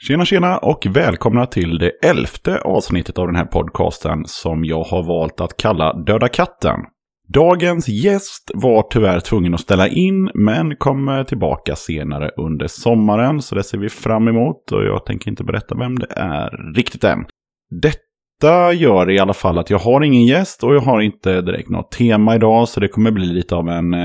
Tjena och välkomna till det 11:e avsnittet av den här podcasten som jag har valt att kalla Döda katten. Dagens gäst var tyvärr tvungen att ställa in men kommer tillbaka senare under sommaren, så det ser vi fram emot och jag tänker inte berätta vem det är riktigt än. Detta gör i alla fall att jag har ingen gäst och jag har inte direkt något tema idag, så det kommer bli lite av en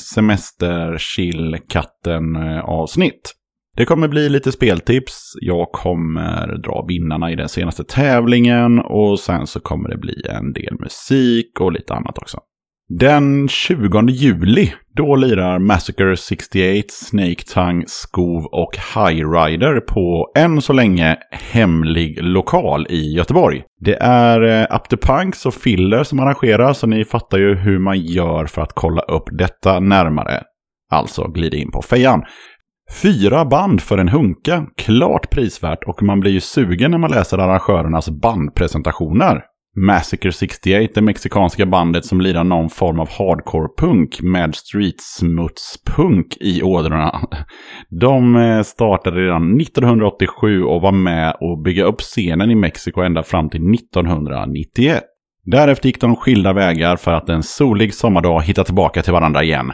semester-chill-katten-avsnitt. Det kommer bli lite speltips, jag kommer dra vinnarna i den senaste tävlingen och sen så kommer det bli en del musik och lite annat också. Den 20 juli, då lirar Massacre 68, Snake Tongue, Skov och High Rider på än så länge hemlig lokal i Göteborg. Det är Up the Punks och Filler som arrangerar, så ni fattar ju hur man gör för att kolla upp detta närmare. Alltså glid in på fejan. 4 band för en hunka, klart prisvärt, och man blir ju sugen när man läser arrangörernas bandpresentationer. Massacre 68, det mexikanska bandet som lirar någon form av hardcore-punk med street-smuts-punk i ådrorna. De startade redan 1987 och var med och bygga upp scenen i Mexiko ända fram till 1991. Därefter gick de skilda vägar för att en solig sommardag hitta tillbaka till varandra igen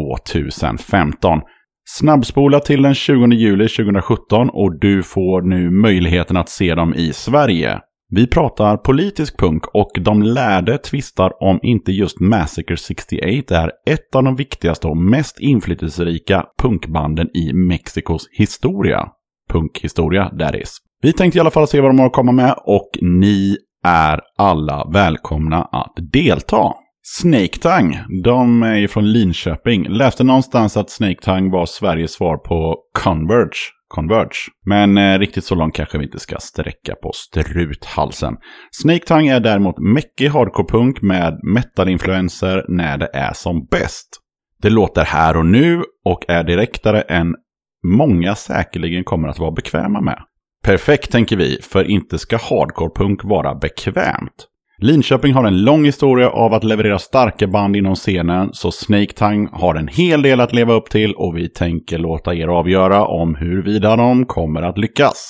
2015. Snabbspola till den 20 juli 2017 och du får nu möjligheten att se dem i Sverige. Vi pratar politisk punk och de lärde tvistar om inte just Massacre 68 är ett av de viktigaste och mest inflytelserika punkbanden i Mexikos historia. Punkhistoria, that is. Vi tänkte i alla fall se vad de har att komma med och ni är alla välkomna att delta. Snake Tongue, de är ju från Linköping. Läste någonstans att Snake Tongue var Sveriges svar på Converge. Men riktigt så långt kanske vi inte ska sträcka på struthalsen. Snake Tongue är däremot mäckig hardcore-punk med metal-influenser när det är som bäst. Det låter här och nu och är direktare än många säkerligen kommer att vara bekväma med. Perfekt tänker vi, för inte ska hardcore-punk vara bekvämt. Linköping har en lång historia av att leverera starka band inom scenen, så Snake Tongue har en hel del att leva upp till och vi tänker låta er avgöra om huruvida de kommer att lyckas.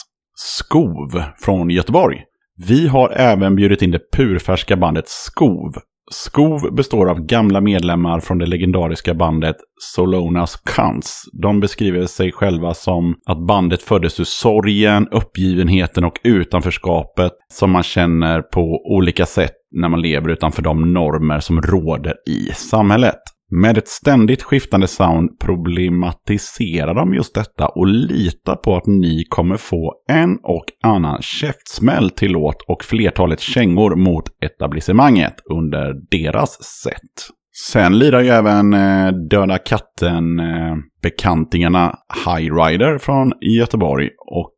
Skov från Göteborg. Vi har även bjudit in det purfärska bandet Skov. Skov består av gamla medlemmar från det legendariska bandet Solonas Cunts. De beskriver sig själva som att bandet föddes ur sorgen, uppgivenheten och utanförskapet som man känner på olika sätt när man lever utanför de normer som råder i samhället. Med ett ständigt skiftande sound problematiserar de just detta och litar på att ni kommer få en och annan käftsmäll till låt och flertalet kängor mot etablissemanget under deras sätt. Sen lirar ju även Döda katten bekantingarna High Rider från Göteborg och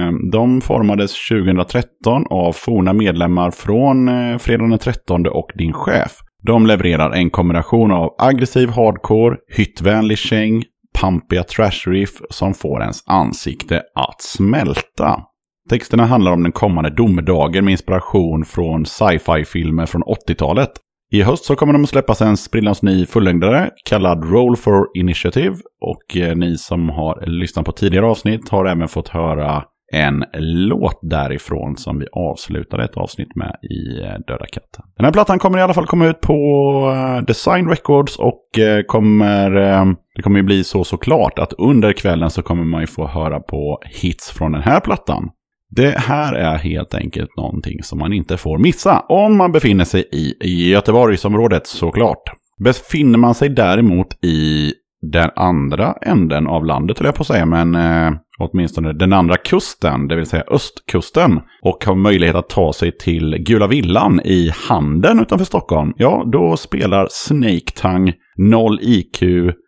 de formades 2013 av forna medlemmar från Fredag den 13 och Din chef. De levererar en kombination av aggressiv hardcore, hyttvänlig käng, pampiga trashriff som får ens ansikte att smälta. Texterna handlar om den kommande domedagen med inspiration från sci-fi-filmer från 80-talet. I höst så kommer de att släppas en sprillans ny fullängdare kallad Roll for Initiative och ni som har lyssnat på tidigare avsnitt har även fått höra en låt därifrån som vi avslutade ett avsnitt med i Döda katten. Den här plattan kommer i alla fall komma ut på Design Records och det kommer ju bli såklart att under kvällen så kommer man ju få höra på hits från den här plattan. Det här är helt enkelt någonting som man inte får missa om man befinner sig i Göteborgsområdet såklart. Befinner man sig däremot i den andra änden av landet, eller jag på att säga, men åtminstone den andra kusten, det vill säga östkusten, och har möjlighet att ta sig till Gula Villan i Handen utanför Stockholm, ja, då spelar Snake Tongue, 0 IQ,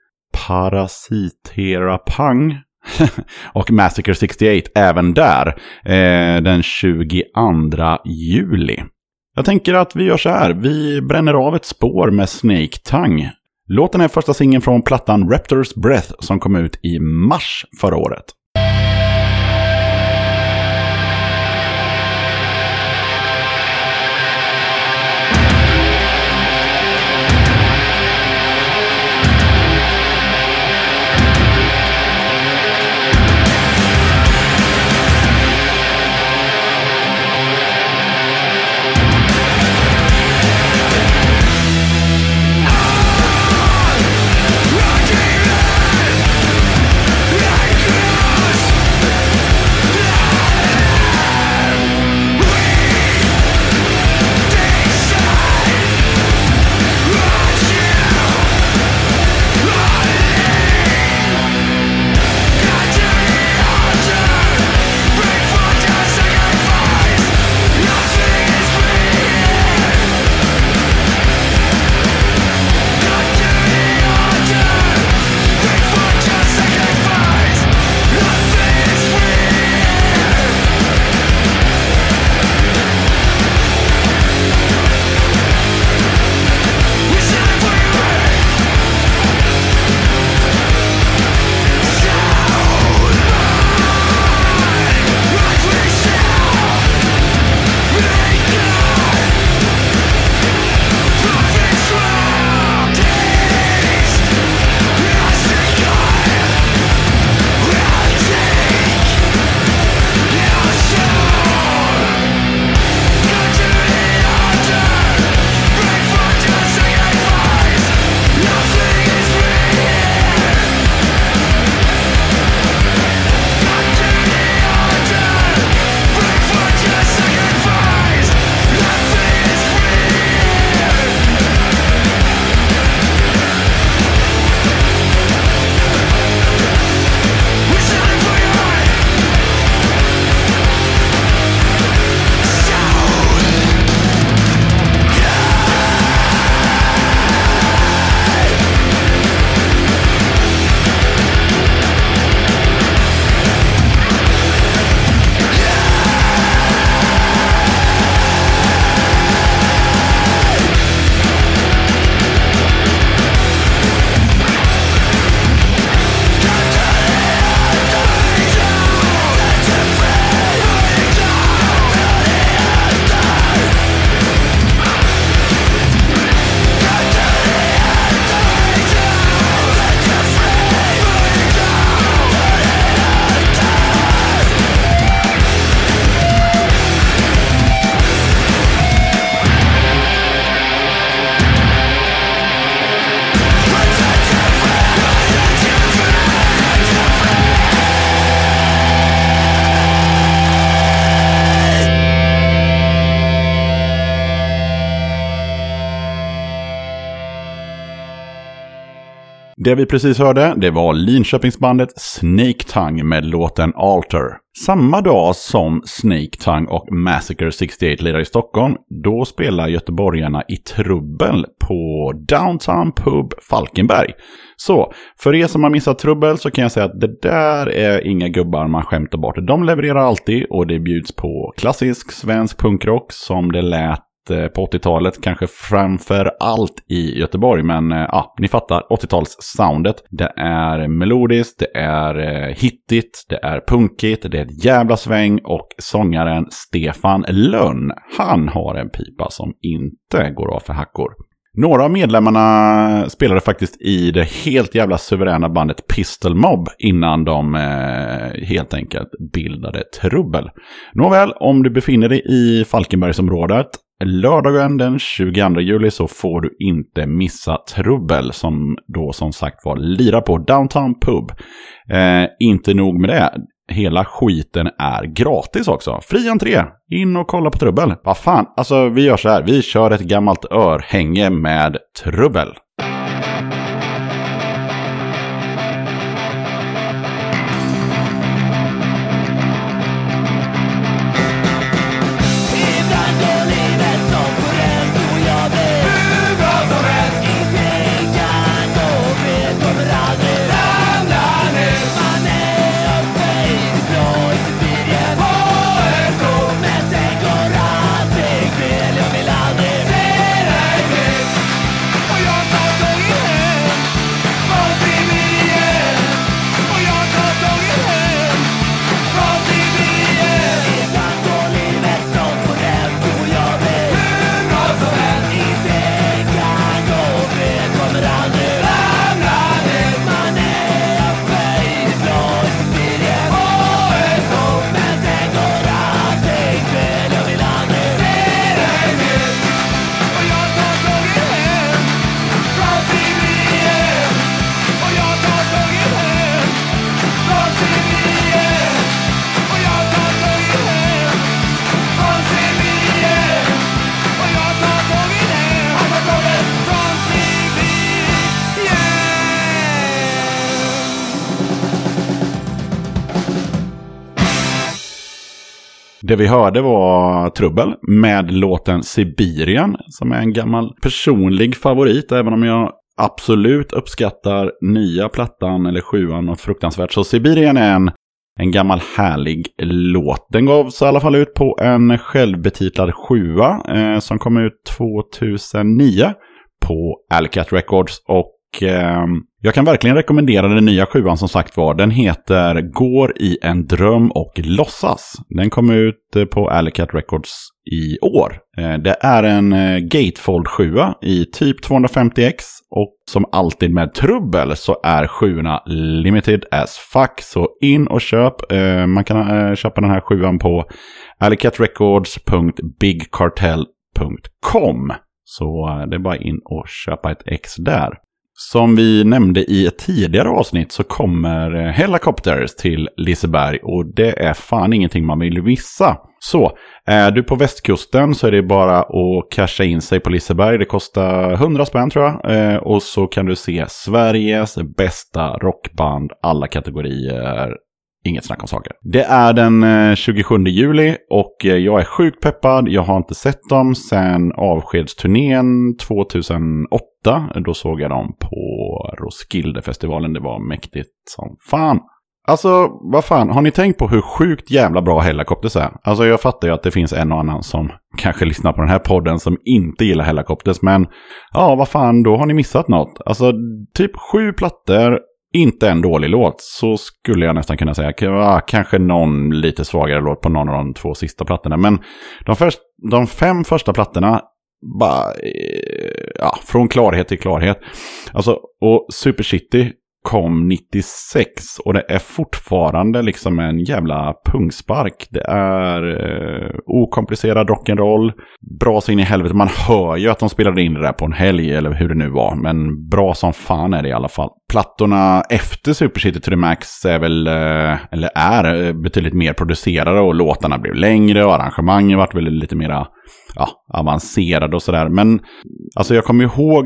Parasiterapang och Massacre 68 även där den 22 juli. Jag tänker att vi gör så här, vi bränner av ett spår med Snake Tongue. Låten är första singeln från plattan Raptor's Breath som kom ut i mars förra året. Det vi precis hörde, det var Linköpingsbandet Snake Tongue med låten Altar. Samma dag som Snake Tongue och Massacre 68 lirar i Stockholm, då spelar göteborgarna i Trubbel på Downtown Pub Falkenberg. Så, för er som har missat Trubbel så kan jag säga att det där är inga gubbar man skämtar bort. De levererar alltid och det bjuds på klassisk svensk punkrock som det lät på 80-talet, kanske framför allt i Göteborg, men ja, ni fattar 80-tals-soundet. Det är melodiskt, det är hittigt, det är punkigt, det är ett jävla sväng och sångaren Stefan Lönn, han har en pipa som inte går av för hackor. Några av medlemmarna spelade faktiskt i det helt jävla suveräna bandet Pistol Mob innan de helt enkelt bildade Trubbel. Nåväl, om du befinner dig i Falkenbergsområdet lördagen den 22 juli så får du inte missa Trubbel som då som sagt var lirar på Downtown Pub. Inte nog med det. Hela skiten är gratis också. Fri entré. In och kolla på Trubbel. Vad fan, alltså vi gör så här. Vi kör ett gammalt örhänge med Trubbel. Det vi hörde var Trubbel med låten Sibirien som är en gammal personlig favorit, även om jag absolut uppskattar nya plattan eller sjuan något fruktansvärt. Så Sibirien är en gammal härlig låt. Den gavs i alla fall ut på en självbetitlad sjua som kom ut 2009 på Alleycat Records och jag kan verkligen rekommendera den nya sjuan som sagt var. Den heter Går i en dröm och låtsas. Den kom ut på Alleycat Records i år. Det är en Gatefold 7 i typ 250x och som alltid med Trubbel så är 7:orna limited as fuck. Så in och köp. Man kan köpa den här 7:an på alleycatrecords.bigcartel.com. Så det är bara in och köpa ett ex där. Som vi nämnde i ett tidigare avsnitt så kommer Hellacopters till Liseberg och det är fan ingenting man vill missa. Så, är du på västkusten så är det bara att casha in sig på Liseberg. Det kostar 100 spänn tror jag. Och så kan du se Sveriges bästa rockband, alla kategorier. Inget snack om saker. Det är den 27 juli och jag är sjukt peppad. Jag har inte sett dem sedan avskedsturnén 2008. Då såg jag dem på Roskildefestivalen. Det var mäktigt som fan. Alltså, vad fan, har ni tänkt på hur sjukt jävla bra Hellacopters är? Alltså jag fattar ju att det finns en och annan som kanske lyssnar på den här podden som inte gillar Hellacopters. Men ja, vad fan, då har ni missat något. Alltså typ 7 plattor. Inte en dålig låt, så skulle jag nästan kunna säga. Kanske någon lite svagare låt på någon av de 2 sista plattorna. Men de 5 första plattorna, bara från klarhet till klarhet. Alltså, och Super City kom 96 och det är fortfarande liksom en jävla pungspark. Det är okomplicerad rock'n'roll. Bra så in i helvete. Man hör ju att de spelade in det där på en helg eller hur det nu var. Men bra som fan är det i alla fall. Plattorna efter Super City to the Max är väl, eller är betydligt mer producerade och låtarna blev längre och arrangemangen vart väl lite mer avancerade och sådär. Men alltså jag kommer ihåg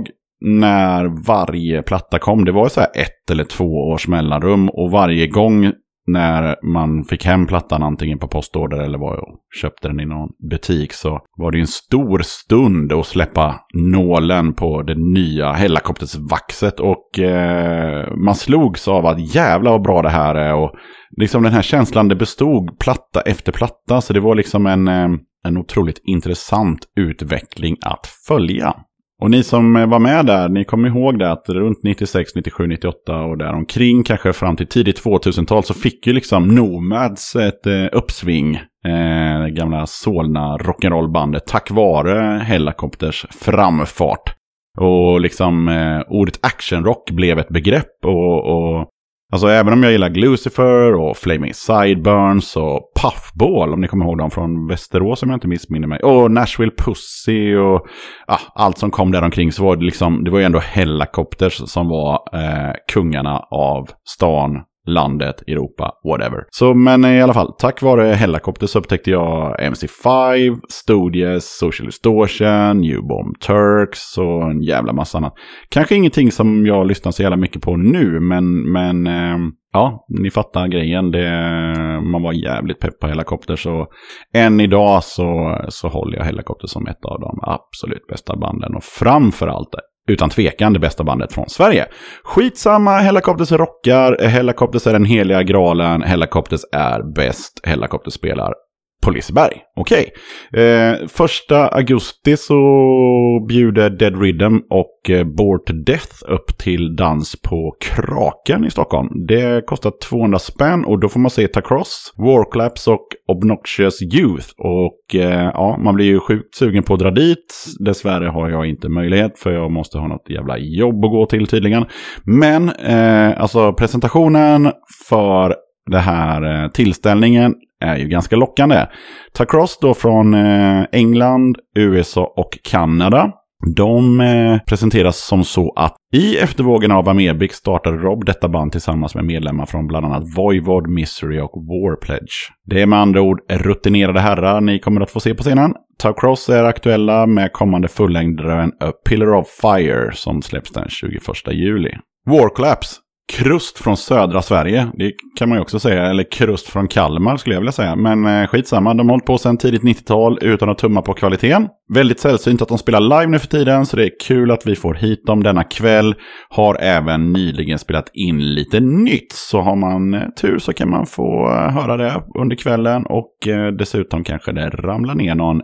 när varje platta kom. Det var så här 1 eller 2 års mellanrum. Och varje gång när man fick hem plattan antingen på postorder eller köpte den i någon butik, så var det en stor stund att släppa nålen på det nya Hellacopters vaxet. Och man slogs av att jävla vad bra det här är. Och liksom den här känslan, det bestod platta efter platta. Så det var liksom en otroligt intressant utveckling att följa. Och ni som var med där, ni kommer ihåg det att runt 96, 97, 98 och däromkring, kanske fram till tidigt 2000-tal, så fick ju liksom Nomads ett uppsving. Gamla Solna rock'n'roll-bandet tack vare Hellacopters framfart. Och liksom ordet actionrock blev ett begrepp och alltså även om jag gillar Lucifer och Flaming Sideburns och Puffball, om ni kommer ihåg dem från Västerås om jag inte missminner mig, och Nashville Pussy och allt som kom där omkring, så var det liksom, det var ju ändå Hellacopters som var kungarna av stan, landet, Europa, whatever. Så men i alla fall, tack vare Hellacopters upptäckte jag MC5, Studios, Social Distortion, New Bomb Turks och en jävla massa annat. Kanske ingenting som jag lyssnar så jävla mycket på nu, men ja, ni fattar grejen. Man var jävligt pepp på Hellacopters, och än idag så håller jag Hellacopters som ett av de absolut bästa banden, och framförallt utan tvekan det bästa bandet från Sverige. Skitsamma, Hellacopters rockar, Hellacopters är den heliga graalen, Hellacopters är bäst, Hellacopters spelar på Liseberg. Okej. 1 augusti så bjuder Dead Rhythm och Bored to Death upp till dans på Kraken i Stockholm. Det kostar 200 spänn och då får man se Tacross, Warclaps och Obnoxious Youth. Och ja, man blir ju sjukt sugen på att dra dit. Dessvärre har jag inte möjlighet för jag måste ha något jävla jobb att gå till tydligen. Men alltså presentationen för det här tillställningen är ju ganska lockande. Tacross då från England, USA och Kanada. De presenteras som så att i eftervågen av Amerbik startade Rob detta band tillsammans med medlemmar från bland annat Voivod, Misery och Warpledge. Det är med andra ord rutinerade herrar ni kommer att få se på scenen. Tacross är aktuella med kommande fullängdaren A Pillar of Fire som släpps den 21 juli. Warclaps, krust från södra Sverige, det kan man ju också säga, eller krust från Kalmar skulle jag vilja säga, men skitsamma, de har hållit på sedan tidigt 90-tal utan att tumma på kvaliteten. Väldigt sällsynt att de spelar live nu för tiden, så det är kul att vi får hit dem denna kväll. Har även nyligen spelat in lite nytt, så har man tur så kan man få höra det under kvällen, och dessutom kanske det ramlar ner någon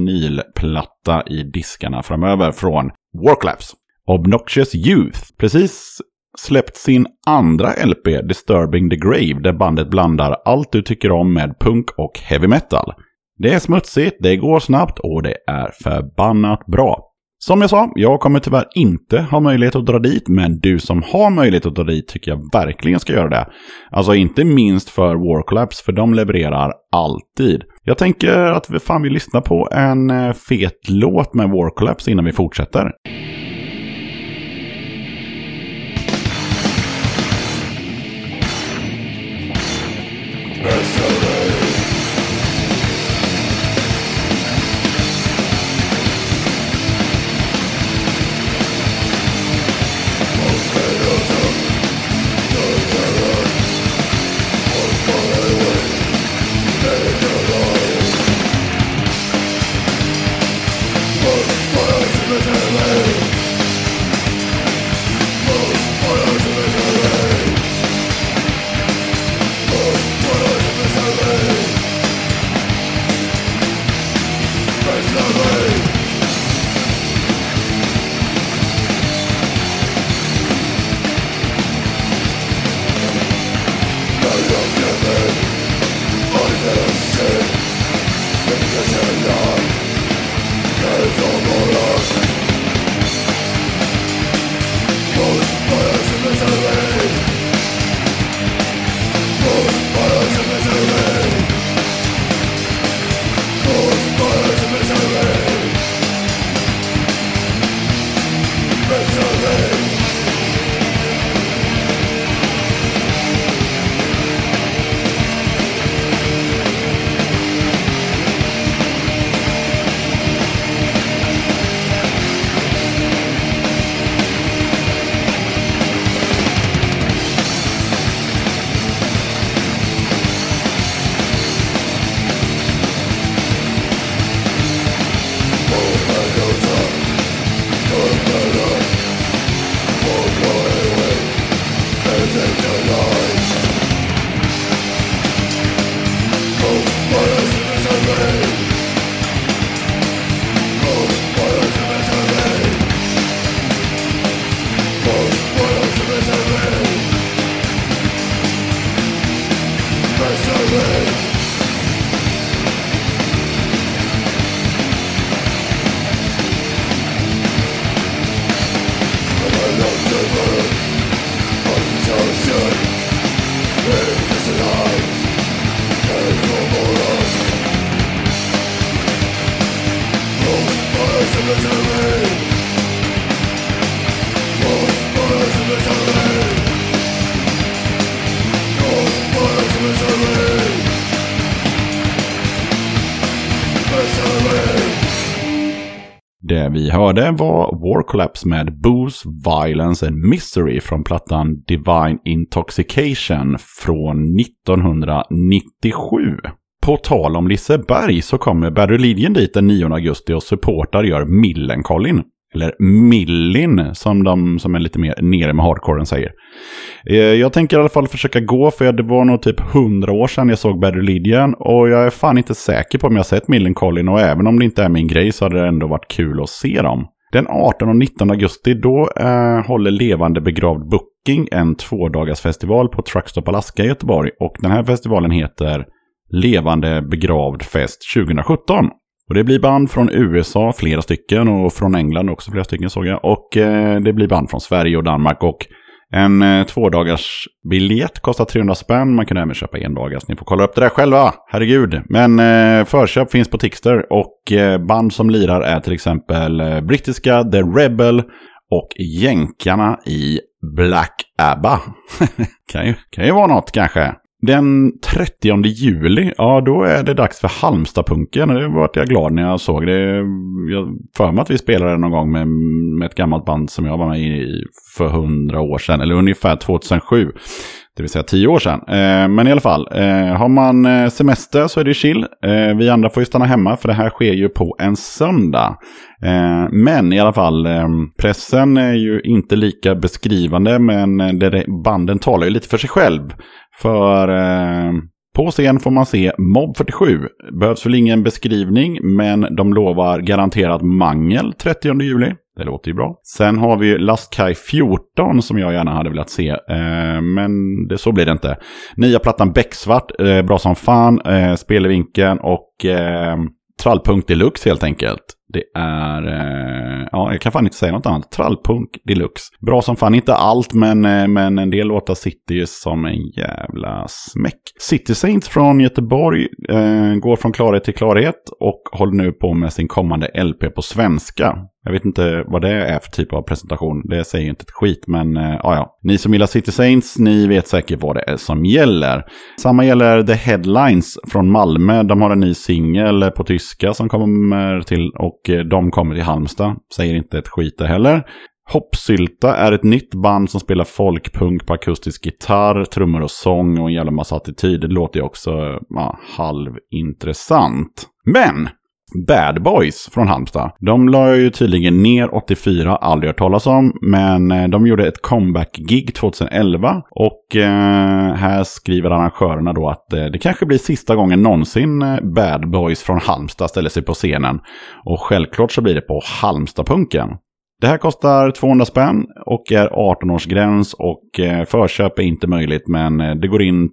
vinylplatta i diskarna framöver från Warclaps. Obnoxious Youth, precis släppt sin andra LP Disturbing the Grave, där bandet blandar allt du tycker om med punk och heavy metal. Det är smutsigt, det går snabbt och det är förbannat bra. Som jag sa, jag kommer tyvärr inte ha möjlighet att dra dit, men du som har möjlighet att dra dit tycker jag verkligen ska göra det. Alltså inte minst för Warclaps, för de levererar alltid. Jag tänker att vi vill lyssna på en fet låt med Warclaps innan vi fortsätter. Let's Det vi hörde var War Collapse med Booze, Violence and Misery från plattan Divine Intoxication från 1997. På tal om Liseberg så kommer Bad Religion dit den 9 augusti och supportar gör Millencolin. Eller Millin som de som är lite mer nere med hardcoren säger. Jag tänker i alla fall försöka gå för det var nog typ 100 år sedan jag såg Bad Religion. Och jag är fan inte säker på om jag sett Millencolin och även om det inte är min grej så hade det ändå varit kul att se dem. Den 18 och 19 augusti då håller Levande begravd Booking en 2-dagarsfestival på Truckstop Alaska i Göteborg. Och den här festivalen heter Levande begravd fest 2017. Och det blir band från USA, flera stycken, och från England också flera stycken såg jag. Och det blir band från Sverige och Danmark. Och en 2-dagars biljett kostar 300 spänn. Man kan även köpa 1-dagars. Ni får kolla upp det där själva, herregud. Men förköp finns på Tixter. Och band som lirar är till exempel brittiska The Rebel och jänkarna i Black Abba. kan ju vara något kanske. Den 30 juli, ja då är det dags för Halmstadpunken. Det var jag glad när jag såg det. Jag för mig att vi spelade någon gång med ett gammalt band som jag var med i för 100 år sedan. Eller ungefär 2007. Det vill säga 10 år sedan. Men i alla fall, har man semester så är det chill. Vi andra får ju stanna hemma för det här sker ju på en söndag. Men i alla fall, pressen är ju inte lika beskrivande, men banden talar ju lite för sig själv. För på scen får man se Mob 47. Behövs väl ingen beskrivning, men de lovar garanterat mangel 30 juli. Det låter ju bra. Sen har vi Last Kai 14 som jag gärna hade velat se. Men så blir det inte. Nya plattan Becksvart, bra som fan. Spelvinkeln och Trallpunk Deluxe helt enkelt. Det är, ja jag kan fan inte säga något annat. Trallpunk Deluxe. Bra som fan, inte allt men en del låtar sitter ju som en jävla smäck. City Saints från Göteborg går från klarhet till klarhet och håller nu på med sin kommande LP på svenska. Jag vet inte vad det är för typ av presentation. Det säger inte ett skit, men ja. Ni som gillar City Saints, ni vet säkert vad det är som gäller. Samma gäller The Headlines från Malmö. De har en ny singel på tyska som kommer till, och de kommer till Halmstad. Säger inte ett skit där heller. Hoppsylta är ett nytt band som spelar folkpunk på akustisk gitarr, trummor och sång och en jävla massa attityd. Det låter ju också halvintressant. Men Bad Boys från Halmstad. De la ju tydligen ner 84, aldrig hört talas om. Men de gjorde ett comeback-gig 2011. Och här skriver arrangörerna då att det kanske blir sista gången någonsin Bad Boys från Halmstad ställer sig på scenen. Och självklart så blir det på Halmstadpunken. Det här kostar 200 spänn och är 18-årsgräns och förköp är inte möjligt, men det går in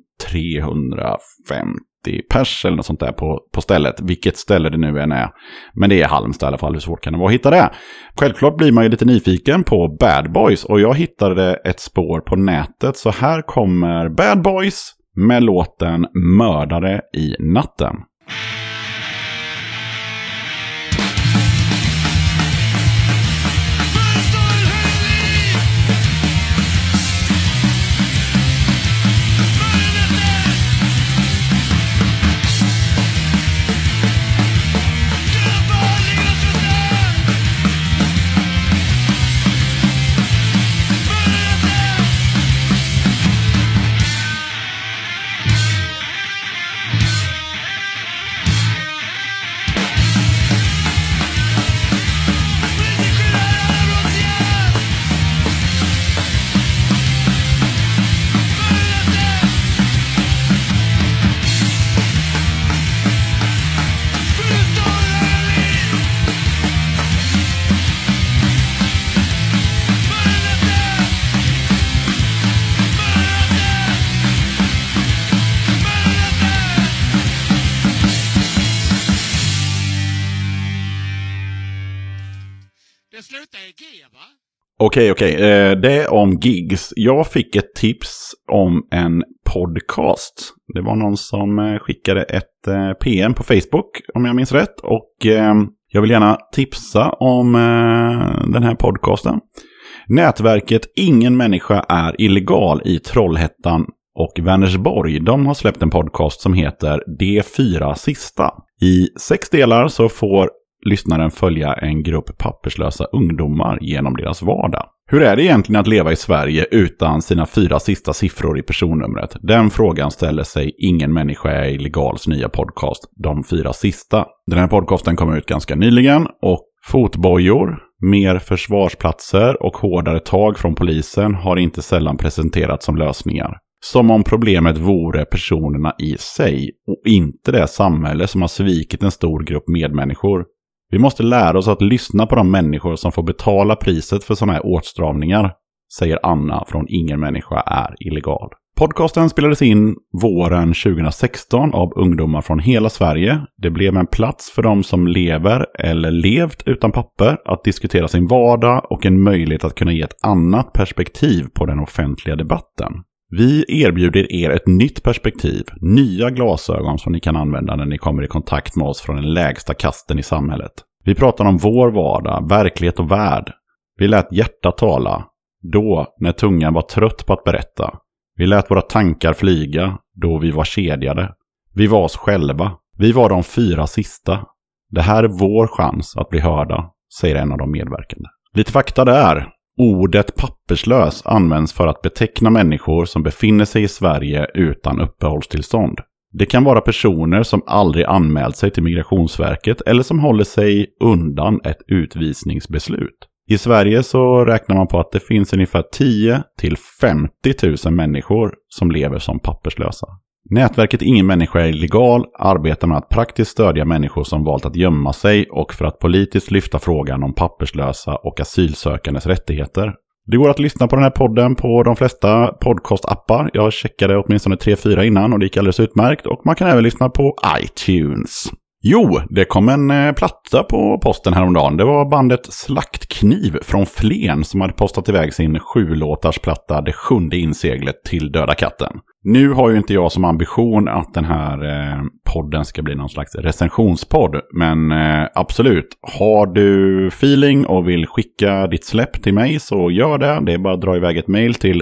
350 pers eller något sånt där på stället, vilket ställe det nu än är. Men det är Halmstad i alla fall, hur svårt kan det vara att hitta det? Självklart blir man ju lite nyfiken på Bad Boys och jag hittade ett spår på nätet, så här kommer Bad Boys med låten Mördare i natten. sluta i G, va? Okej. Det är om gigs. Jag fick ett tips om en podcast. Det var någon som skickade ett PM på Facebook, om jag minns rätt. Och jag vill gärna tipsa om den här podcasten. Nätverket Ingen människa är illegal i Trollhättan och Vänersborg. De har släppt en podcast som heter De 4 sista. I 6 delar så får lyssnaren följa en grupp papperslösa ungdomar genom deras vardag. Hur är det egentligen att leva i Sverige utan sina 4 sista siffror i personnumret? Den frågan ställer sig Ingen människa är illegals nya podcast, De 4 sista. Den här podcasten kommer ut ganska nyligen och fotbojor, mer försvarsplatser och hårdare tag från polisen har inte sällan presenterats som lösningar. Som om problemet vore personerna i sig och inte det samhälle som har svikit en stor grupp medmänniskor. Vi måste lära oss att lyssna på de människor som får betala priset för sådana här åtstramningar, säger Anna från Ingen människa är illegal. Podcasten spelades in våren 2016 av ungdomar från hela Sverige. Det blev en plats för de som lever eller levt utan papper att diskutera sin vardag och en möjlighet att kunna ge ett annat perspektiv på den offentliga debatten. Vi erbjuder er ett nytt perspektiv, nya glasögon som ni kan använda när ni kommer i kontakt med oss från den lägsta kasten i samhället. Vi pratar om vår vardag, verklighet och värld. Vi lät hjärtat tala, då när tungan var trött på att berätta. Vi lät våra tankar flyga, då vi var kedjade. Vi var oss själva. Vi var de 4 sista. Det här är vår chans att bli hörda, säger en av de medverkande. Lite fakta där. Ordet papperslös används för att beteckna människor som befinner sig i Sverige utan uppehållstillstånd. Det kan vara personer som aldrig anmält sig till Migrationsverket eller som håller sig undan ett utvisningsbeslut. I Sverige så räknar man på att det finns ungefär 10 till 50 000 människor som lever som papperslösa. Nätverket Ingen människa är illegal arbetar med att praktiskt stödja människor som valt att gömma sig och för att politiskt lyfta frågan om papperslösa och asylsökandes rättigheter. Det går att lyssna på den här podden på de flesta podcastappar. Jag checkade åtminstone 3-4 innan och det gick alldeles utmärkt. Och man kan även lyssna på iTunes. Jo, det kom en platta på posten häromdagen. Det var bandet Slaktkniv från Flen som hade postat iväg sin 7-låtarsplatta Det 7:e inseglet till Döda katten. Nu har ju inte jag som ambition att den här podden ska bli någon slags recensionspodd. Men absolut, har du feeling och vill skicka ditt släpp till mig så gör det. Det är bara att dra iväg ett mejl till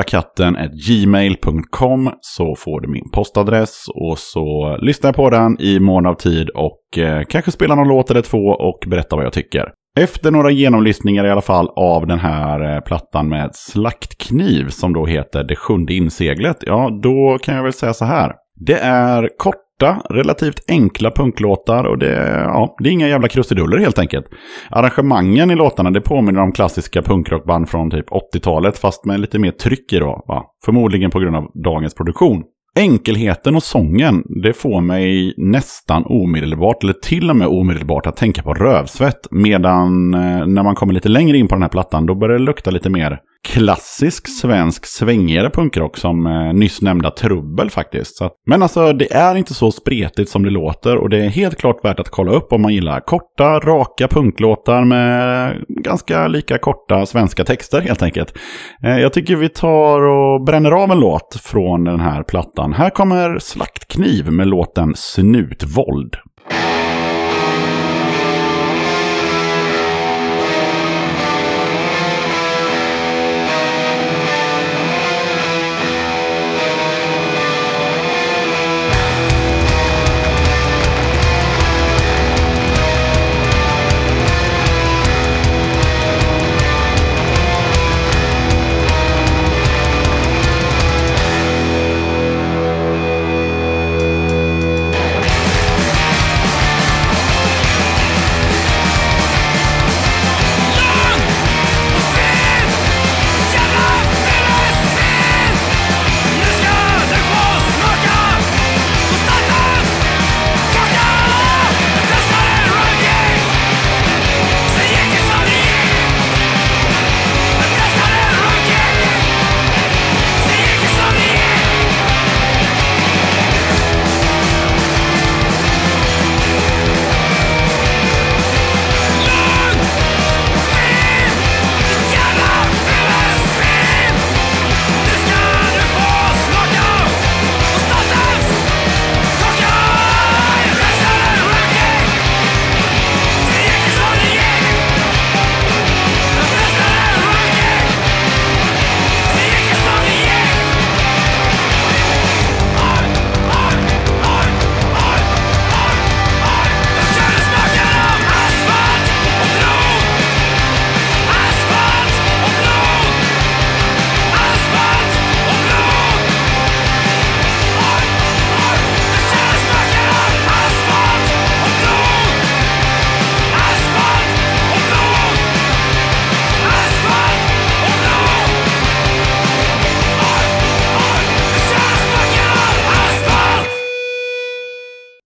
dodakatten@gmail.com så får du min postadress och så lyssnar jag på den i mån av tid och kanske spela någon låt eller 2 och berätta vad jag tycker. Efter några genomlyssningar i alla fall av den här plattan med Slaktkniv som då heter Det 7:e inseglet, ja då kan jag väl säga så här. Det är korta, relativt enkla punklåtar och det är inga jävla krusiduller helt enkelt. Arrangemangen i låtarna det påminner om klassiska punkrockband från typ 80-talet fast med lite mer tryck i då, va? Förmodligen på grund av dagens produktion. Enkelheten och sången, det får mig nästan omedelbart, eller till och med omedelbart att tänka på Rövsvett. Medan när man kommer lite längre in på den här plattan, då börjar det lukta lite mer klassisk svensk svängigare punkrock som nyss nämnda Trubbel faktiskt. Så att, men alltså det är inte så spretigt som det låter och det är helt klart värt att kolla upp om man gillar korta, raka punklåtar med ganska lika korta svenska texter helt enkelt. Jag tycker vi tar och bränner av en låt från den här plattan. Här kommer Slaktkniv med låten Snutvåld.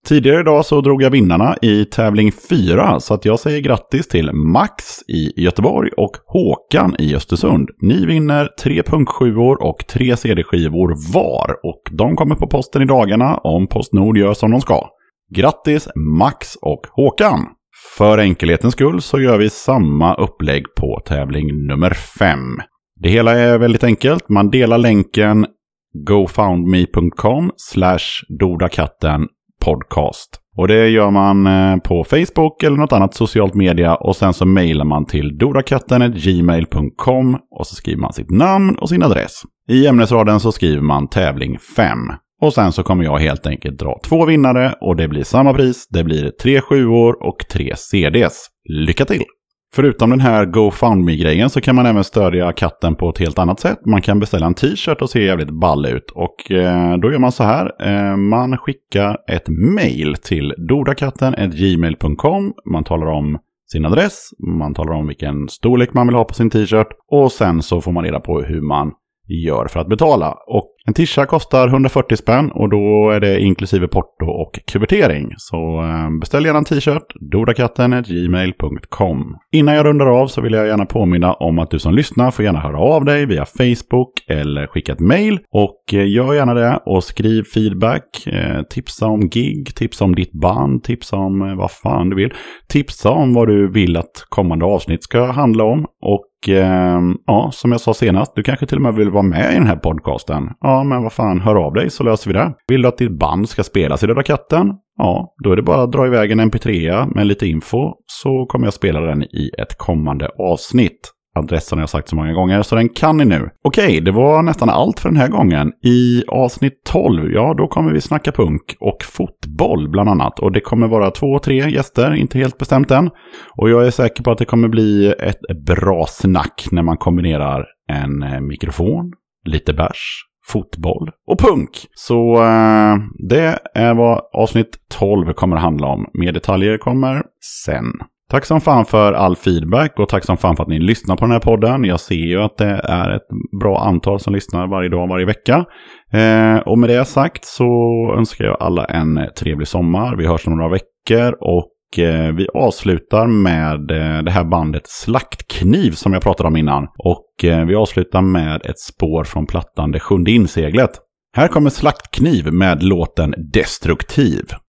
Tidigare idag så drog jag vinnarna i tävling 4, så att jag säger grattis till Max i Göteborg och Håkan i Östersund. Ni vinner 3 punkt7 och 3 CD-skivor var, och de kommer på posten i dagarna om PostNord gör som de ska. Grattis Max och Håkan! För enkelhetens skull så gör vi samma upplägg på tävling nummer 5. Det hela är väldigt enkelt. Man delar länken gofoundme.com/dodakatten podcast. Och det gör man på Facebook eller något annat socialt media, och sen så mejlar man till dodakatten@gmail.com och så skriver man sitt namn och sin adress. I ämnesraden så skriver man tävling 5. Och sen så kommer jag helt enkelt dra 2 vinnare, och det blir samma pris. Det blir 3 7-or och 3 CDs. Lycka till! Förutom den här GoFundMe-grejen så kan man även stödja katten på ett helt annat sätt. Man kan beställa en t-shirt och se jävligt ball ut. Och då gör man så här. Man skickar ett mail till dodakatten@gmail.com. Man talar om sin adress. Man talar om vilken storlek man vill ha på sin t-shirt. Och sen så får man reda på hur man gör för att betala. Och en t-shirt kostar 140 spänn, och då är det inklusive porto och kuvertering. Så beställ gärna en t-shirt, dodakatten@gmail.com. Innan jag rundar av så vill jag gärna påminna om att du som lyssnar får gärna höra av dig via Facebook eller skicka ett mail. Och gör gärna det och skriv feedback, tipsa om gig, tipsa om ditt band, tipsa om vad fan du vill. Tipsa om vad du vill att kommande avsnitt ska handla om. Och ja, som jag sa senast, du kanske till och med vill vara med i den här podcasten. Ja, men vad fan, hör av dig så löser vi det. Vill du att ditt band ska spelas i Döda katten? Ja, då är det bara att dra iväg en mp3 med lite info, så kommer jag spela den i ett kommande avsnitt. Adressen har jag sagt så många gånger, så den kan ni nu. Okej, det var nästan allt för den här gången. I avsnitt 12, ja, då kommer vi snacka punk och fotboll bland annat. Och det kommer vara 2-3 gäster, inte helt bestämt än. Och jag är säker på att det kommer bli ett bra snack när man kombinerar en mikrofon, lite bärs, fotboll och punk. Så det är vad avsnitt 12 kommer handla om. Mer detaljer kommer sen. Tack som fan för all feedback, och tack som fan för att ni lyssnar på den här podden. Jag ser ju att det är ett bra antal som lyssnar varje dag, varje vecka. Och med det sagt så önskar jag alla en trevlig sommar. Vi hörs om några veckor, och vi avslutar med det här bandet Slaktkniv som jag pratade om innan. Och vi avslutar med ett spår från plattan Det sjunde inseglet. Här kommer Slaktkniv med låten Destruktiv.